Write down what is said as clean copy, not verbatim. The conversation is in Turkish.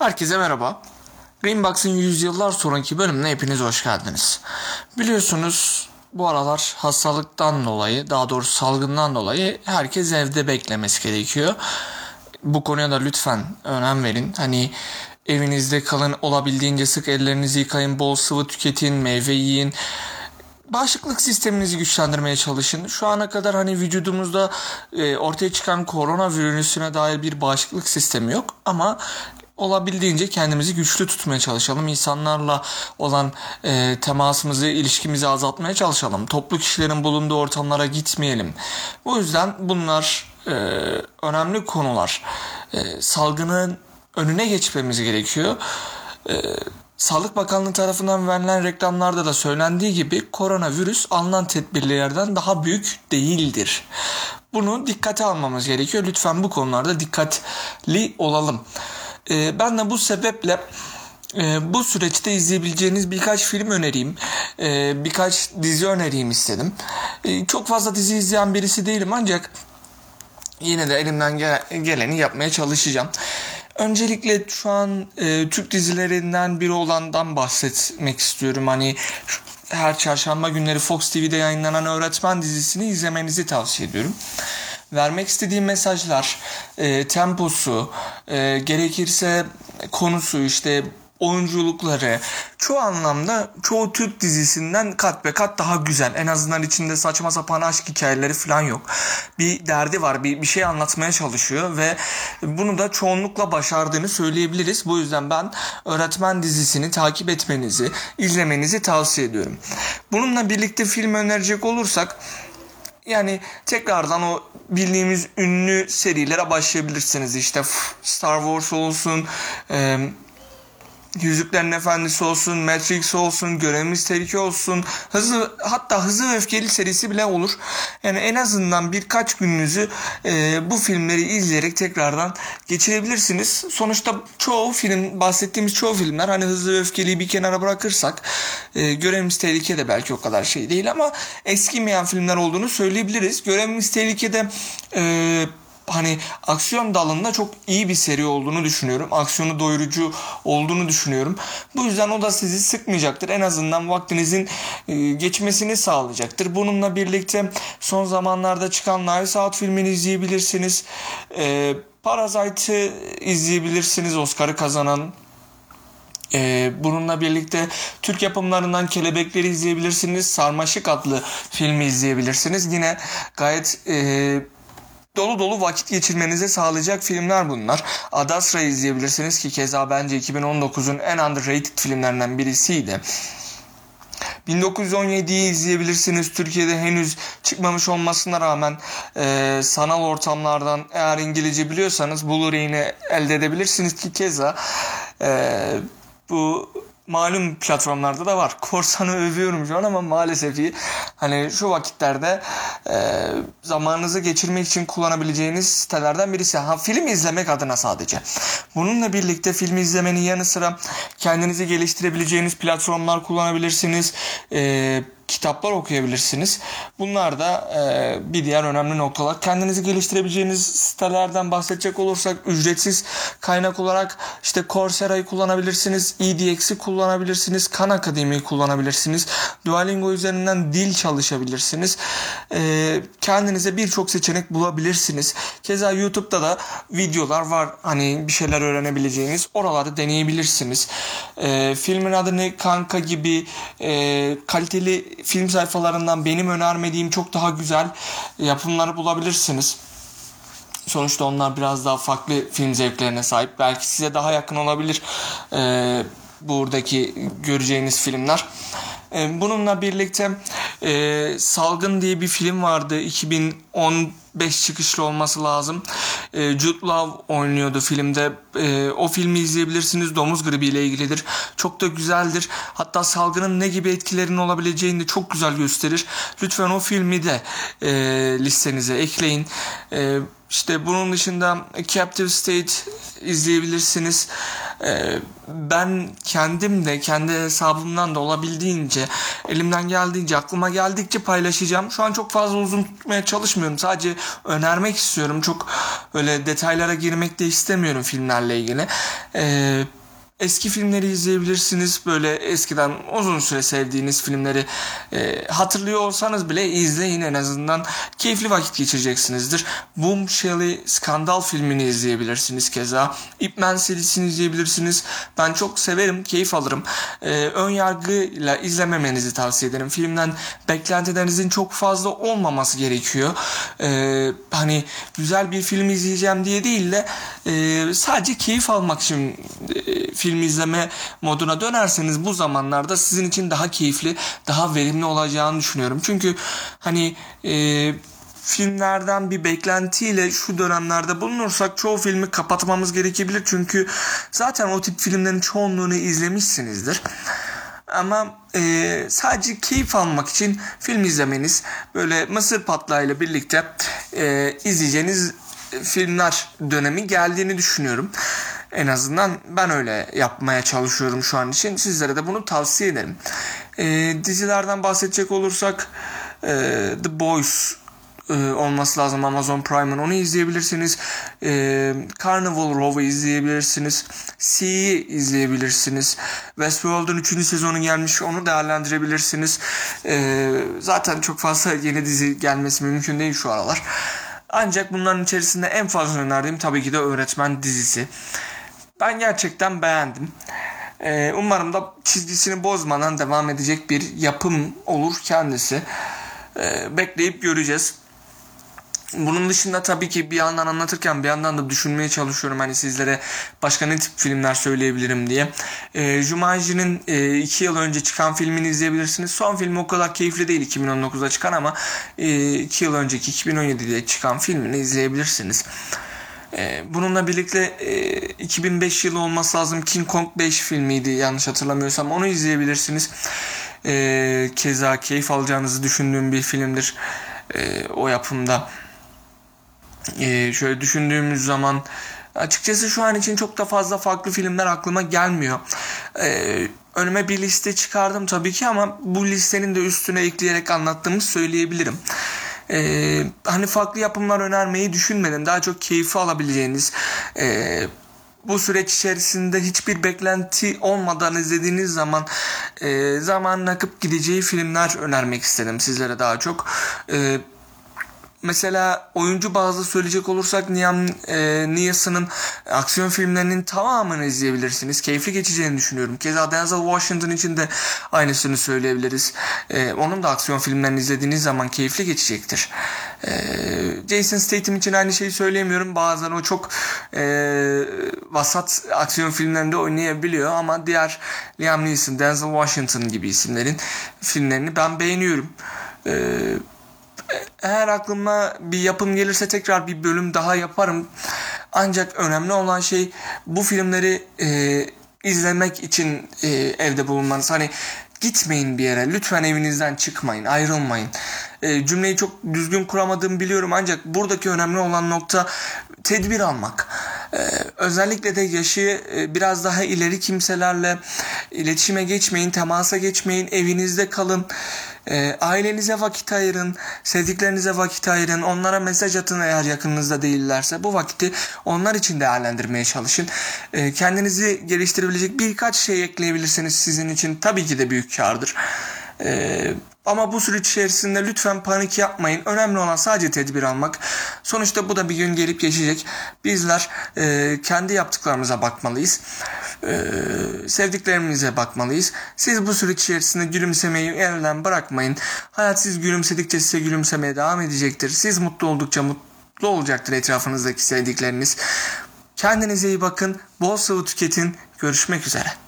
Herkese merhaba. Greenbox'ın yüzyıllar sonraki bölümüne hepiniz hoş geldiniz. Biliyorsunuz bu aralar hastalıktan dolayı, daha doğrusu salgından dolayı herkes evde beklemesi gerekiyor. Bu konuya da lütfen önem verin. Evinizde kalın, olabildiğince sık ellerinizi yıkayın, bol sıvı tüketin, meyve yiyin. Bağışıklık sisteminizi güçlendirmeye çalışın. Şu ana kadar vücudumuzda ortaya çıkan koronavirüsüne dair bir bağışıklık sistemi yok. Ama olabildiğince kendimizi güçlü tutmaya çalışalım. İnsanlarla olan temasımızı, ilişkimizi azaltmaya çalışalım. Toplu kişilerin bulunduğu ortamlara gitmeyelim. O yüzden bunlar önemli konular. Salgının önüne geçmemiz gerekiyor. Sağlık Bakanlığı tarafından verilen reklamlarda da söylendiği gibi koronavirüs alınan tedbirlerden daha büyük değildir. Bunu dikkate almamız gerekiyor. Lütfen bu konularda dikkatli olalım. Ben de bu sebeple bu süreçte izleyebileceğiniz birkaç film önereyim, birkaç dizi önereyim istedim. Çok fazla dizi izleyen birisi değilim ancak yine de elimden geleni yapmaya çalışacağım. Öncelikle şu an Türk dizilerinden biri olandan bahsetmek istiyorum. Her çarşamba günleri Fox TV'de yayınlanan Öğretmen dizisini izlemenizi tavsiye ediyorum. Vermek istediğim mesajlar, temposu, gerekirse konusu, oyunculukları çoğu anlamda çoğu Türk dizisinden kat be kat daha güzel. En azından içinde saçma sapan aşk hikayeleri falan yok. Bir derdi var, bir şey anlatmaya çalışıyor ve bunu da çoğunlukla başardığını söyleyebiliriz. Bu yüzden ben Öğretmen dizisini takip etmenizi, izlemenizi tavsiye ediyorum. Bununla birlikte film önerecek olursak tekrardan o bildiğimiz ünlü serilere başlayabilirsiniz. Star Wars olsun, Yüzüklerin Efendisi olsun, Matrix olsun, Görevimiz Tehlike olsun, hatta Hızlı ve Öfkeli serisi bile olur. En azından birkaç gününüzü bu filmleri izleyerek tekrardan geçirebilirsiniz. Sonuçta bahsettiğimiz çoğu filmler Hızlı ve Öfkeli'yi bir kenara bırakırsak Görevimiz Tehlike de belki o kadar şey değil ama eskimeyen filmler olduğunu söyleyebiliriz. Görevimiz Tehlike'de aksiyon dalında çok iyi bir seri olduğunu düşünüyorum. Aksiyonu doyurucu olduğunu düşünüyorum. Bu yüzden o da sizi sıkmayacaktır. En azından vaktinizin geçmesini sağlayacaktır. Bununla birlikte son zamanlarda çıkan Knives Out filmini izleyebilirsiniz. Parasite'ı izleyebilirsiniz, Oscar'ı kazanan. Bununla birlikte Türk yapımlarından Kelebekleri izleyebilirsiniz. Sarmaşık adlı filmi izleyebilirsiniz. Yine gayet dolu dolu vakit geçirmenize sağlayacak filmler bunlar. Ad Astra'yı izleyebilirsiniz ki keza bence 2019'un en underrated filmlerinden birisiydi. 1917'yi izleyebilirsiniz. Türkiye'de henüz çıkmamış olmasına rağmen sanal ortamlardan eğer İngilizce biliyorsanız Blu-ray'ini elde edebilirsiniz ki keza bu malum platformlarda da var. Korsan'ı övüyorum şu an ama maalesef şu vakitlerde zamanınızı geçirmek için kullanabileceğiniz sitelerden birisi. Film izlemek adına sadece. Bununla birlikte film izlemenin yanı sıra kendinizi geliştirebileceğiniz platformlar kullanabilirsiniz. Kitaplar okuyabilirsiniz. Bunlar da bir diğer önemli noktalar. Kendinizi geliştirebileceğiniz sitelerden bahsedecek olursak ücretsiz kaynak olarak Coursera'yı kullanabilirsiniz. EDX'i kullanabilirsiniz. Khan Akademi'yi kullanabilirsiniz. Duolingo üzerinden dil çalışabilirsiniz. Kendinize birçok seçenek bulabilirsiniz. Keza YouTube'da da videolar var. Bir şeyler öğrenebileceğiniz. Oraları deneyebilirsiniz. Filmin adını Kanka gibi kaliteli film sayfalarından benim önermediğim çok daha güzel yapımları bulabilirsiniz. Sonuçta onlar biraz daha farklı film zevklerine sahip. Belki size daha yakın olabilir buradaki göreceğiniz filmler. Bununla birlikte Salgın diye bir film vardı. 2015 çıkışlı olması lazım. Jude Law oynuyordu filmde. O filmi izleyebilirsiniz. Domuz gribi ile ilgilidir. Çok da güzeldir. Hatta salgının ne gibi etkilerinin olabileceğini de çok güzel gösterir. Lütfen o filmi de listenize ekleyin. Bunun dışında Captive State izleyebilirsiniz. Ben kendim de kendi hesabımdan da olabildiğince elimden geldiğince aklıma geldikçe paylaşacağım. Şu an çok fazla uzun tutmaya çalışmıyorum. konuşmuyorum. Sadece önermek istiyorum. Çok öyle detaylara girmek de istemiyorum filmlerle ilgili. Eski filmleri izleyebilirsiniz. Böyle eskiden uzun süre sevdiğiniz filmleri hatırlıyor olsanız bile izleyin, en azından keyifli vakit geçireceksinizdir. Bombshell'i, Skandal filmini izleyebilirsiniz keza. Ip Man serisini izleyebilirsiniz. Ben çok severim, keyif alırım. Ön yargıyla izlememenizi tavsiye ederim. Filmden beklentilerinizin çok fazla olmaması gerekiyor. Hani güzel bir film izleyeceğim diye değil de sadece keyif almak için film izleme moduna dönerseniz bu zamanlarda sizin için daha keyifli, daha verimli olacağını düşünüyorum. Çünkü hani filmlerden bir beklentiyle şu dönemlerde bulunursak çoğu filmi kapatmamız gerekebilir. Çünkü zaten o tip filmlerin çoğunluğunu izlemişsinizdir. Ama sadece keyif almak için film izlemeniz, böyle mısır patlağıyla birlikte izleyeceğiniz filmler dönemi geldiğini düşünüyorum. En azından ben öyle yapmaya çalışıyorum şu an için. Sizlere de bunu tavsiye ederim. Dizilerden bahsedecek olursak The Boys olması lazım Amazon Prime'ın. Onu izleyebilirsiniz. Carnival Row'u izleyebilirsiniz. C'yi izleyebilirsiniz. Westworld'un 3. sezonu gelmiş. Onu değerlendirebilirsiniz. Zaten çok fazla yeni dizi gelmesi mümkün değil şu aralar. Ancak bunların içerisinde en fazla önerdiğim tabii ki de Öğretmen dizisi. Ben gerçekten beğendim. Umarım da çizgisini bozmadan devam edecek bir yapım olur kendisi. Bekleyip göreceğiz. Bunun dışında tabii ki bir yandan anlatırken bir yandan da düşünmeye çalışıyorum. Hani sizlere başka ne tip filmler söyleyebilirim diye. Jumanji'nin 2 yıl önce çıkan filmini izleyebilirsiniz. Son film o kadar keyifli değil, 2019'da çıkan, ama 2 yıl önceki 2017'de çıkan filmini izleyebilirsiniz. Bununla birlikte 2005 yılı olması lazım, King Kong 5 filmiydi yanlış hatırlamıyorsam, onu izleyebilirsiniz. Keza keyif alacağınızı düşündüğüm bir filmdir o yapımda. Şöyle düşündüğümüz zaman açıkçası şu an için çok da fazla farklı filmler aklıma gelmiyor. Önüme bir liste çıkardım tabii ki, ama bu listenin de üstüne ekleyerek anlattığımı söyleyebilirim. Hani farklı yapımlar önermeyi düşünmedim. Daha çok keyfi alabileceğiniz, bu süreç içerisinde hiçbir beklenti olmadan izlediğiniz zaman zamanın akıp gideceği filmler önermek istedim sizlere daha çok. Mesela oyuncu bazlı söyleyecek olursak Liam Neeson'ın aksiyon filmlerinin tamamını izleyebilirsiniz. Keyifli geçeceğini düşünüyorum. Keza Denzel Washington için de aynısını söyleyebiliriz. Onun da aksiyon filmlerini izlediğiniz zaman keyifli geçecektir. Jason Statham için aynı şeyi söyleyemiyorum. Bazen o çok vasat aksiyon filmlerinde oynayabiliyor, ama diğer Liam Neeson, Denzel Washington gibi isimlerin filmlerini ben beğeniyorum. Eğer aklıma bir yapım gelirse tekrar bir bölüm daha yaparım. Ancak önemli olan şey bu filmleri izlemek için evde bulunmanız. Hani gitmeyin bir yere. Lütfen evinizden çıkmayın, ayrılmayın. Cümleyi çok düzgün kuramadığımı biliyorum, ancak buradaki önemli olan nokta tedbir almak. Özellikle de yaşı biraz daha ileri kimselerle iletişime geçmeyin, temasa geçmeyin, evinizde kalın. Ailenize vakit ayırın, sevdiklerinize vakit ayırın, onlara mesaj atın eğer yakınınızda değillerse. Bu vakiti onlar için değerlendirmeye çalışın. Kendinizi geliştirebilecek birkaç şey ekleyebilirseniz sizin için tabii ki de büyük kârdır. Ama bu süreç içerisinde lütfen panik yapmayın. Önemli olan sadece tedbir almak. Sonuçta bu da bir gün gelip geçecek. Bizler kendi yaptıklarımıza bakmalıyız. Sevdiklerimize bakmalıyız. Siz bu süreç içerisinde gülümsemeyi elden bırakmayın. Hayat siz gülümsedikçe size gülümsemeye devam edecektir. Siz mutlu oldukça mutlu olacaktır etrafınızdaki sevdikleriniz. Kendinize iyi bakın. Bol sıvı tüketin. Görüşmek üzere.